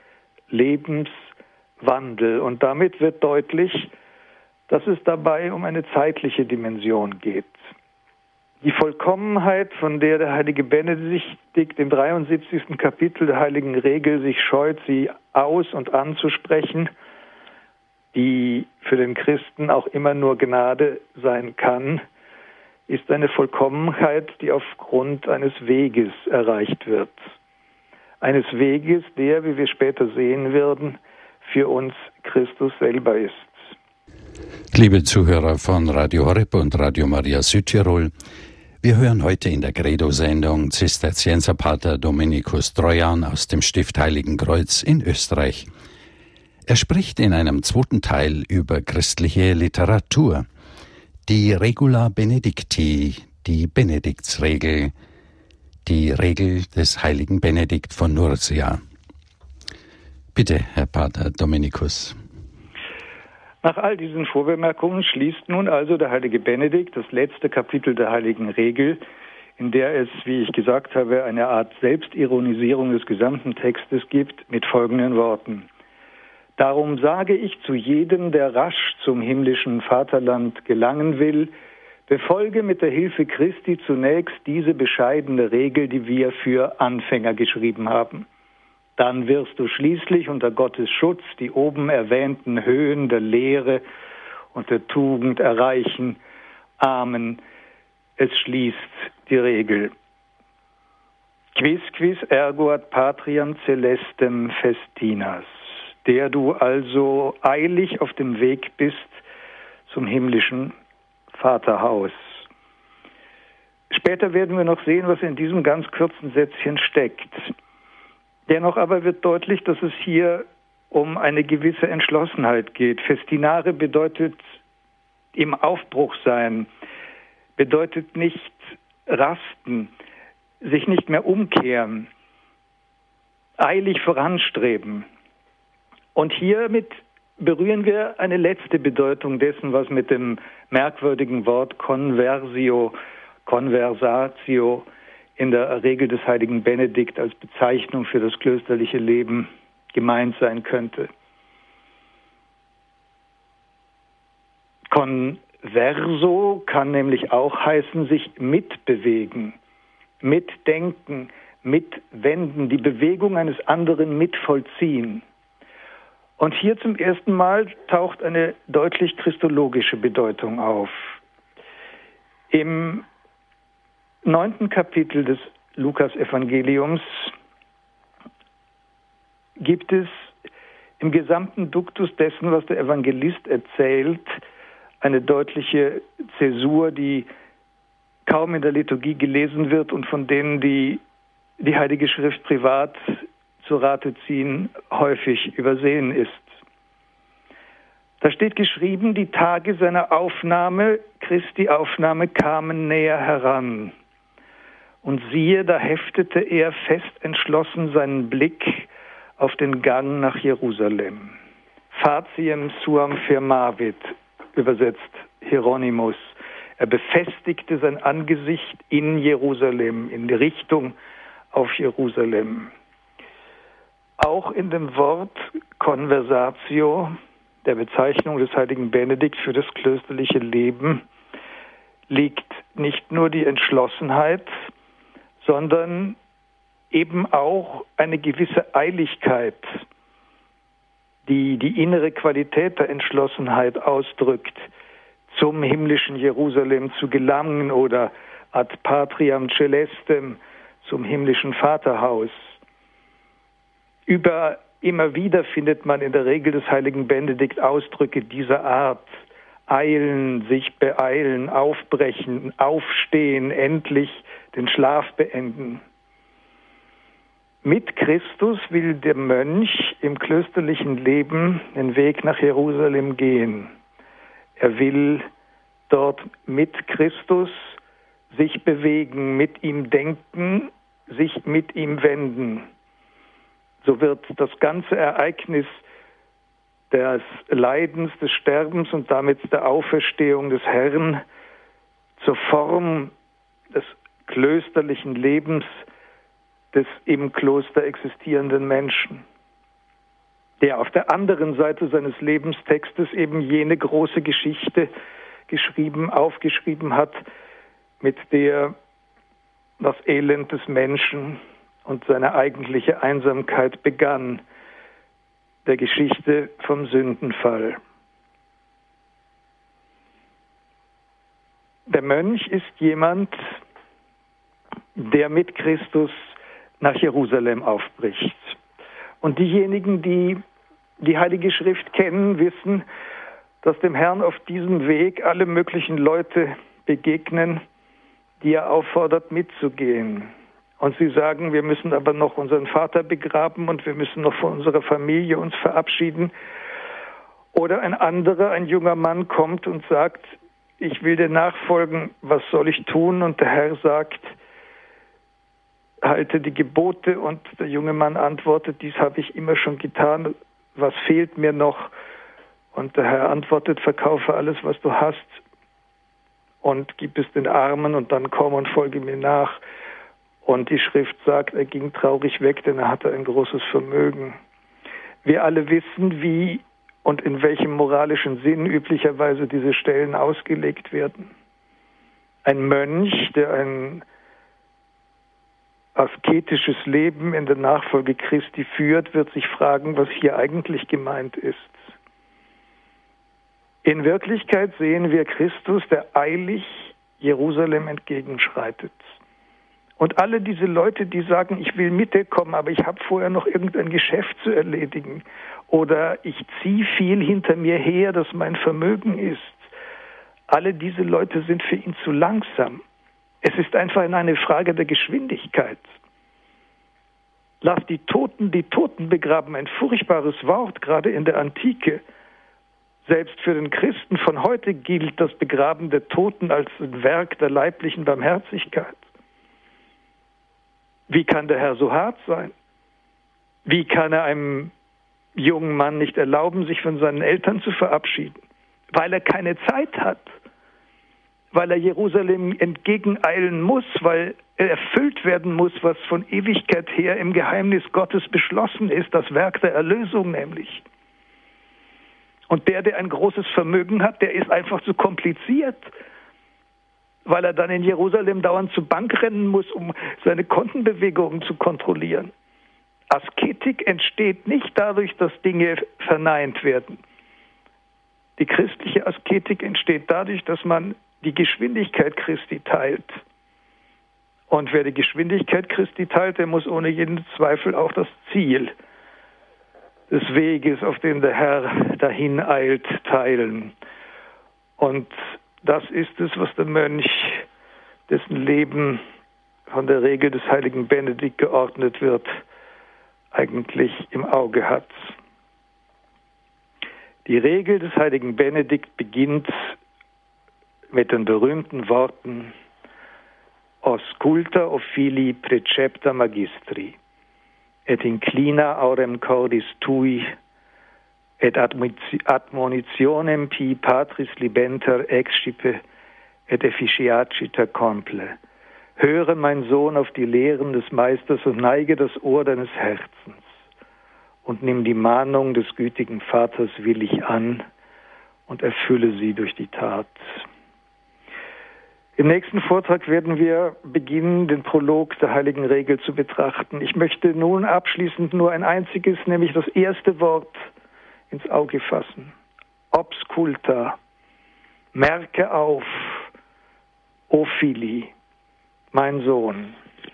Lebenswandel. Und damit wird deutlich, dass es dabei um eine zeitliche Dimension geht. Die Vollkommenheit, von der der heilige Benedikt im dreiundsiebzigsten Kapitel der heiligen Regel sich scheut, sie aus- und anzusprechen, die für den Christen auch immer nur Gnade sein kann, ist eine Vollkommenheit, die aufgrund eines Weges erreicht wird. Eines Weges, der, wie wir später sehen werden, für uns Christus selber ist. Liebe Zuhörer von Radio Horeb und Radio Maria Südtirol, wir hören heute in der Credo-Sendung Zisterzienserpater Dominikus Trojan aus dem Stift Heiligenkreuz in Österreich. Er spricht in einem zweiten Teil über christliche Literatur, die Regula Benedicti, die Benediktsregel, die Regel des heiligen Benedikt von Nursia. Bitte, Herr Pater Dominikus. Nach all diesen Vorbemerkungen schließt nun also der heilige Benedikt das letzte Kapitel der heiligen Regel, in der es, wie ich gesagt habe, eine Art Selbstironisierung des gesamten Textes gibt, mit folgenden Worten. Darum sage ich zu jedem, der rasch zum himmlischen Vaterland gelangen will, befolge mit der Hilfe Christi zunächst diese bescheidene Regel, die wir für Anfänger geschrieben haben. Dann wirst du schließlich unter Gottes Schutz die oben erwähnten Höhen der Lehre und der Tugend erreichen. Amen. Es schließt die Regel. Quis quis ergo ad patriam celestem festinas, der du also eilig auf dem Weg bist zum himmlischen Vaterhaus. Später werden wir noch sehen, was in diesem ganz kurzen Sätzchen steckt. Dennoch aber wird deutlich, dass es hier um eine gewisse Entschlossenheit geht. Festinare bedeutet im Aufbruch sein, bedeutet nicht rasten, sich nicht mehr umkehren, eilig voranstreben. Und hiermit berühren wir eine letzte Bedeutung dessen, was mit dem merkwürdigen Wort Conversio, Conversatio in der Regel des heiligen Benedikt als Bezeichnung für das klösterliche Leben gemeint sein könnte. Converso kann nämlich auch heißen, sich mitbewegen, mitdenken, mitwenden, die Bewegung eines anderen mitvollziehen. Und hier zum ersten Mal taucht eine deutlich christologische Bedeutung auf. Im neunten Kapitel des Lukas-Evangeliums gibt es im gesamten Duktus dessen, was der Evangelist erzählt, eine deutliche Zäsur, die kaum in der Liturgie gelesen wird und von denen die die Heilige Schrift privat zu Rate ziehen häufig übersehen ist. Da steht geschrieben, die Tage seiner Aufnahme, Christi Aufnahme, kamen näher heran. Und siehe, da heftete er fest entschlossen seinen Blick auf den Gang nach Jerusalem. Faciem suam firmavit, übersetzt Hieronymus. Er befestigte sein Angesicht in Jerusalem, in die Richtung auf Jerusalem. Auch in dem Wort Conversatio, der Bezeichnung des heiligen Benedikt für das klösterliche Leben, liegt nicht nur die Entschlossenheit, sondern eben auch eine gewisse Eiligkeit, die die innere Qualität der Entschlossenheit ausdrückt, zum himmlischen Jerusalem zu gelangen oder ad patriam celestem, zum himmlischen Vaterhaus. Über immer wieder findet man in der Regel des heiligen Benedikt Ausdrücke dieser Art. Eilen, sich beeilen, aufbrechen, aufstehen, endlich den Schlaf beenden. Mit Christus will der Mönch im klösterlichen Leben den Weg nach Jerusalem gehen. Er will dort mit Christus sich bewegen, mit ihm denken, sich mit ihm wenden. So wird das ganze Ereignis des Leidens, des Sterbens und damit der Auferstehung des Herrn zur Form des klösterlichen Lebens des im Kloster existierenden Menschen, der auf der anderen Seite seines Lebenstextes eben jene große Geschichte geschrieben, aufgeschrieben hat, mit der das Elend des Menschen und seine eigentliche Einsamkeit begann, der Geschichte vom Sündenfall. Der Mönch ist jemand, der mit Christus nach Jerusalem aufbricht. Und diejenigen, die die Heilige Schrift kennen, wissen, dass dem Herrn auf diesem Weg alle möglichen Leute begegnen, die er auffordert, mitzugehen. Und sie sagen, wir müssen aber noch unseren Vater begraben und wir müssen noch von unserer Familie uns verabschieden. Oder ein anderer, ein junger Mann kommt und sagt, ich will dir nachfolgen, was soll ich tun? Und der Herr sagt, halte die Gebote. Und der junge Mann antwortet, dies habe ich immer schon getan, was fehlt mir noch? Und der Herr antwortet, verkaufe alles, was du hast und gib es den Armen und dann komm und folge mir nach. Und die Schrift sagt, er ging traurig weg, denn er hatte ein großes Vermögen. Wir alle wissen, wie und in welchem moralischen Sinn üblicherweise diese Stellen ausgelegt werden. Ein Mönch, der ein asketisches Leben in der Nachfolge Christi führt, wird sich fragen, was hier eigentlich gemeint ist. In Wirklichkeit sehen wir Christus, der eilig Jerusalem entgegenschreitet. Und alle diese Leute, die sagen, ich will mit dir kommen, aber ich habe vorher noch irgendein Geschäft zu erledigen oder ich ziehe viel hinter mir her, das mein Vermögen ist. Alle diese Leute sind für ihn zu langsam. Es ist einfach eine Frage der Geschwindigkeit. Lass die Toten die Toten begraben, ein furchtbares Wort, gerade in der Antike. Selbst für den Christen von heute gilt das Begraben der Toten als ein Werk der leiblichen Barmherzigkeit. Wie kann der Herr so hart sein? Wie kann er einem jungen Mann nicht erlauben, sich von seinen Eltern zu verabschieden? Weil er keine Zeit hat, weil er Jerusalem entgegeneilen muss, weil er erfüllt werden muss, was von Ewigkeit her im Geheimnis Gottes beschlossen ist, das Werk der Erlösung nämlich. Und der, der ein großes Vermögen hat, der ist einfach zu kompliziert, weil er dann in Jerusalem dauernd zur Bank rennen muss, um seine Kontenbewegungen zu kontrollieren. Asketik entsteht nicht dadurch, dass Dinge verneint werden. Die christliche Asketik entsteht dadurch, dass man die Geschwindigkeit Christi teilt. Und wer die Geschwindigkeit Christi teilt, der muss ohne jeden Zweifel auch das Ziel des Weges, auf dem der Herr dahin eilt, teilen. Und das ist es, was der Mönch, dessen Leben von der Regel des heiligen Benedikt geordnet wird, eigentlich im Auge hat. Die Regel des heiligen Benedikt beginnt mit den berühmten Worten Ausculta o fili precepta magistri, et inclina aurem cordis tui, et admonitionem pi patris libenter excipe, et efficiacita comple. Höre, mein Sohn, auf die Lehren des Meisters und neige das Ohr deines Herzens und nimm die Mahnung des gütigen Vaters willig an und erfülle sie durch die Tat. Im nächsten Vortrag werden wir beginnen, den Prolog der Heiligen Regel zu betrachten. Ich möchte nun abschließend nur ein einziges, nämlich das erste Wort ins Auge fassen. Obsculta, merke auf, o fili, mein Sohn.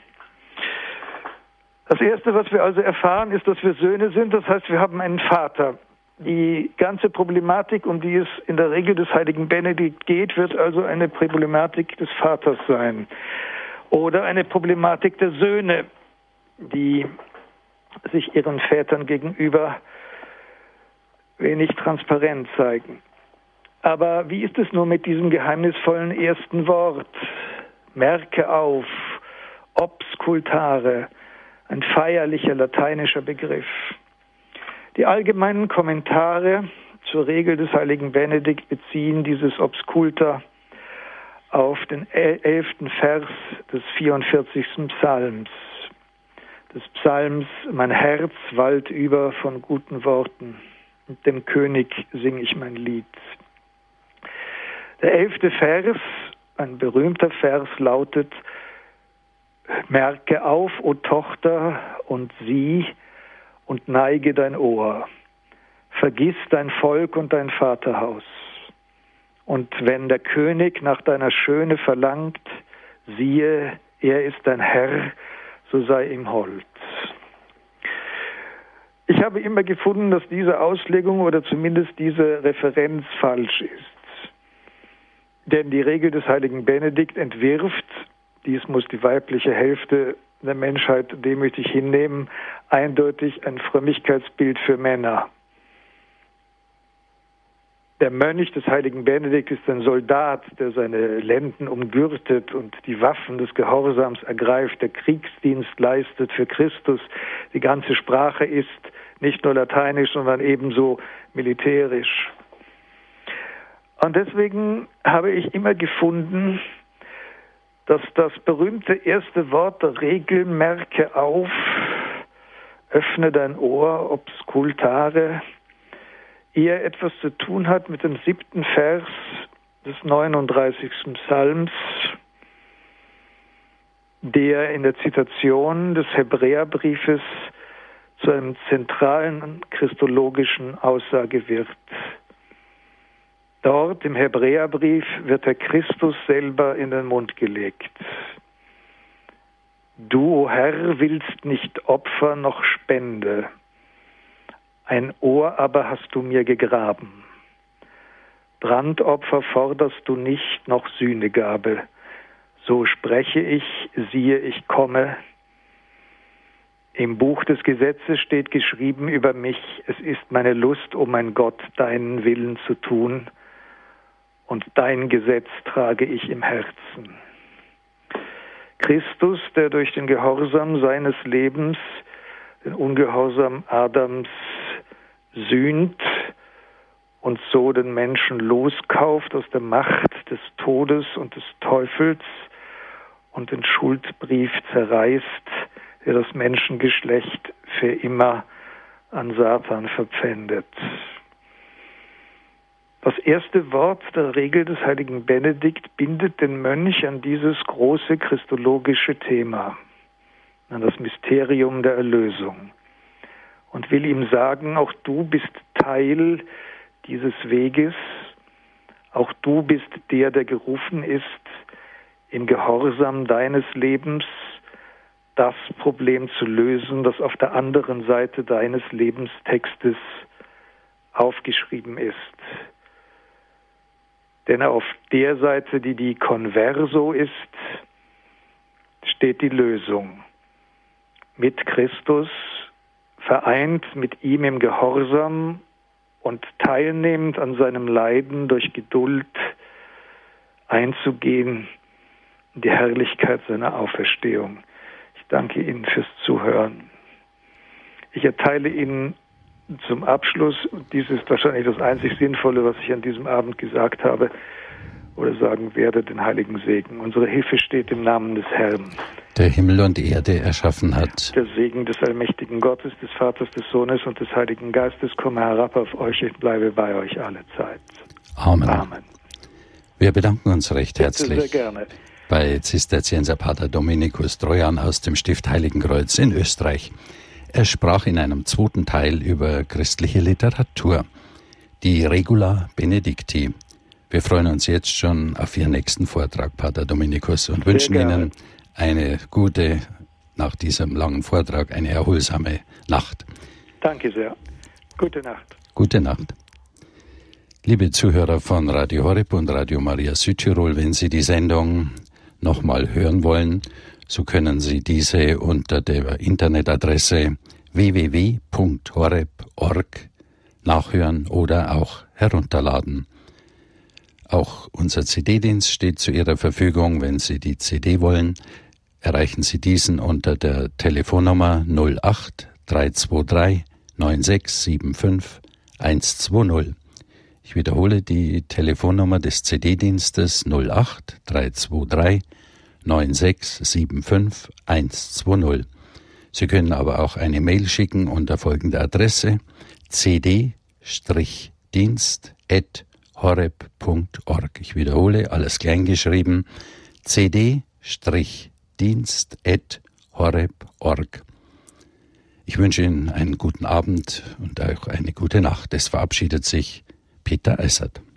Das Erste, was wir also erfahren, ist, dass wir Söhne sind, das heißt, wir haben einen Vater. Die ganze Problematik, um die es in der Regel des heiligen Benedikt geht, wird also eine Problematik des Vaters sein. Oder eine Problematik der Söhne, die sich ihren Vätern gegenüber wenig transparent zeigen. Aber wie ist es nur mit diesem geheimnisvollen ersten Wort? Merke auf, obscultare, ein feierlicher lateinischer Begriff. Die allgemeinen Kommentare zur Regel des heiligen Benedikt beziehen dieses Obsculta auf den elften Vers des vierundvierzigsten Psalms. Des Psalms, mein Herz wallt über von guten Worten, und dem König sing ich mein Lied. Der elfte Vers, ein berühmter Vers, lautet: Merke auf, o Tochter, und sieh, und neige dein Ohr. Vergiss dein Volk und dein Vaterhaus. Und wenn der König nach deiner Schöne verlangt, siehe, er ist dein Herr, so sei ihm hold. Ich habe immer gefunden, dass diese Auslegung oder zumindest diese Referenz falsch ist. Denn die Regel des heiligen Benedikt entwirft, dies muss die weibliche Hälfte der Menschheit demütig hinnehmen, eindeutig ein Frömmigkeitsbild für Männer. Der Mönch des heiligen Benedikt ist ein Soldat, der seine Lenden umgürtet und die Waffen des Gehorsams ergreift, der Kriegsdienst leistet für Christus. Die ganze Sprache ist nicht nur lateinisch, sondern ebenso militärisch. Und deswegen habe ich immer gefunden, dass das berühmte erste Wort der Regel, merke auf, öffne dein Ohr, obscultare, eher etwas zu tun hat mit dem siebten Vers des neununddreißigsten Psalms, der in der Zitation des Hebräerbriefes zu einem zentralen christologischen Aussage wird. Dort im Hebräerbrief wird der Christus selber in den Mund gelegt. Du, o Herr, willst nicht Opfer noch Spende, ein Ohr aber hast du mir gegraben. Brandopfer forderst du nicht, noch Sühnegabe. So spreche ich, siehe, ich komme. Im Buch des Gesetzes steht geschrieben über mich, es ist meine Lust, o mein Gott, deinen Willen zu tun, und dein Gesetz trage ich im Herzen. Christus, der durch den Gehorsam seines Lebens den Ungehorsam Adams sühnt und so den Menschen loskauft aus der Macht des Todes und des Teufels und den Schuldbrief zerreißt, der das Menschengeschlecht für immer an Satan verpfändet. Das erste Wort der Regel des heiligen Benedikt bindet den Mönch an dieses große christologische Thema, an das Mysterium der Erlösung, und will ihm sagen, auch du bist Teil dieses Weges, auch du bist der, der gerufen ist, im Gehorsam deines Lebens das Problem zu lösen, das auf der anderen Seite deines Lebenstextes aufgeschrieben ist. Denn auf der Seite, die die Converso ist, steht die Lösung. Mit Christus, vereint mit ihm im Gehorsam und teilnehmend an seinem Leiden durch Geduld einzugehen in die Herrlichkeit seiner Auferstehung. Ich danke Ihnen fürs Zuhören. Ich erteile Ihnen zum Abschluss, dies ist wahrscheinlich das einzig Sinnvolle, was ich an diesem Abend gesagt habe oder sagen werde, den heiligen Segen. Unsere Hilfe steht im Namen des Herrn, der Himmel und Erde erschaffen hat. Der Segen des allmächtigen Gottes, des Vaters, des Sohnes und des Heiligen Geistes komme herab auf euch und bleibe bei euch alle Zeit. Amen. Amen. Wir bedanken uns recht Bitte, herzlich sehr gerne. bei Zisterzienserpater Dominikus Trojan aus dem Stift Heiligenkreuz in Österreich. Er sprach in einem zweiten Teil über christliche Literatur, die Regula Benedicti. Wir freuen uns jetzt schon auf Ihren nächsten Vortrag, Pater Dominikus, und wünschen Ihnen eine gute, nach diesem langen Vortrag, eine erholsame Nacht. Danke sehr. Gute Nacht. Gute Nacht. Liebe Zuhörer von Radio Horeb und Radio Maria Südtirol, wenn Sie die Sendung nochmal hören wollen, so können Sie diese unter der Internetadresse w w w punkt horeb punkt org nachhören oder auch herunterladen. Auch unser C D-Dienst steht zu Ihrer Verfügung. Wenn Sie die C D wollen, erreichen Sie diesen unter der Telefonnummer null acht drei zwei drei neun sechs sieben fünf eins zwei null. Ich wiederhole die Telefonnummer des C D-Dienstes null acht drei zwei drei neun sechs sieben fünf eins zwei null. Sie können aber auch eine Mail schicken unter folgender Adresse: c d Dienst at horeb punkt org. Ich wiederhole, alles kleingeschrieben: c d Dienst at horeb punkt org. Ich wünsche Ihnen einen guten Abend und auch eine gute Nacht. Es verabschiedet sich Peter Eissert.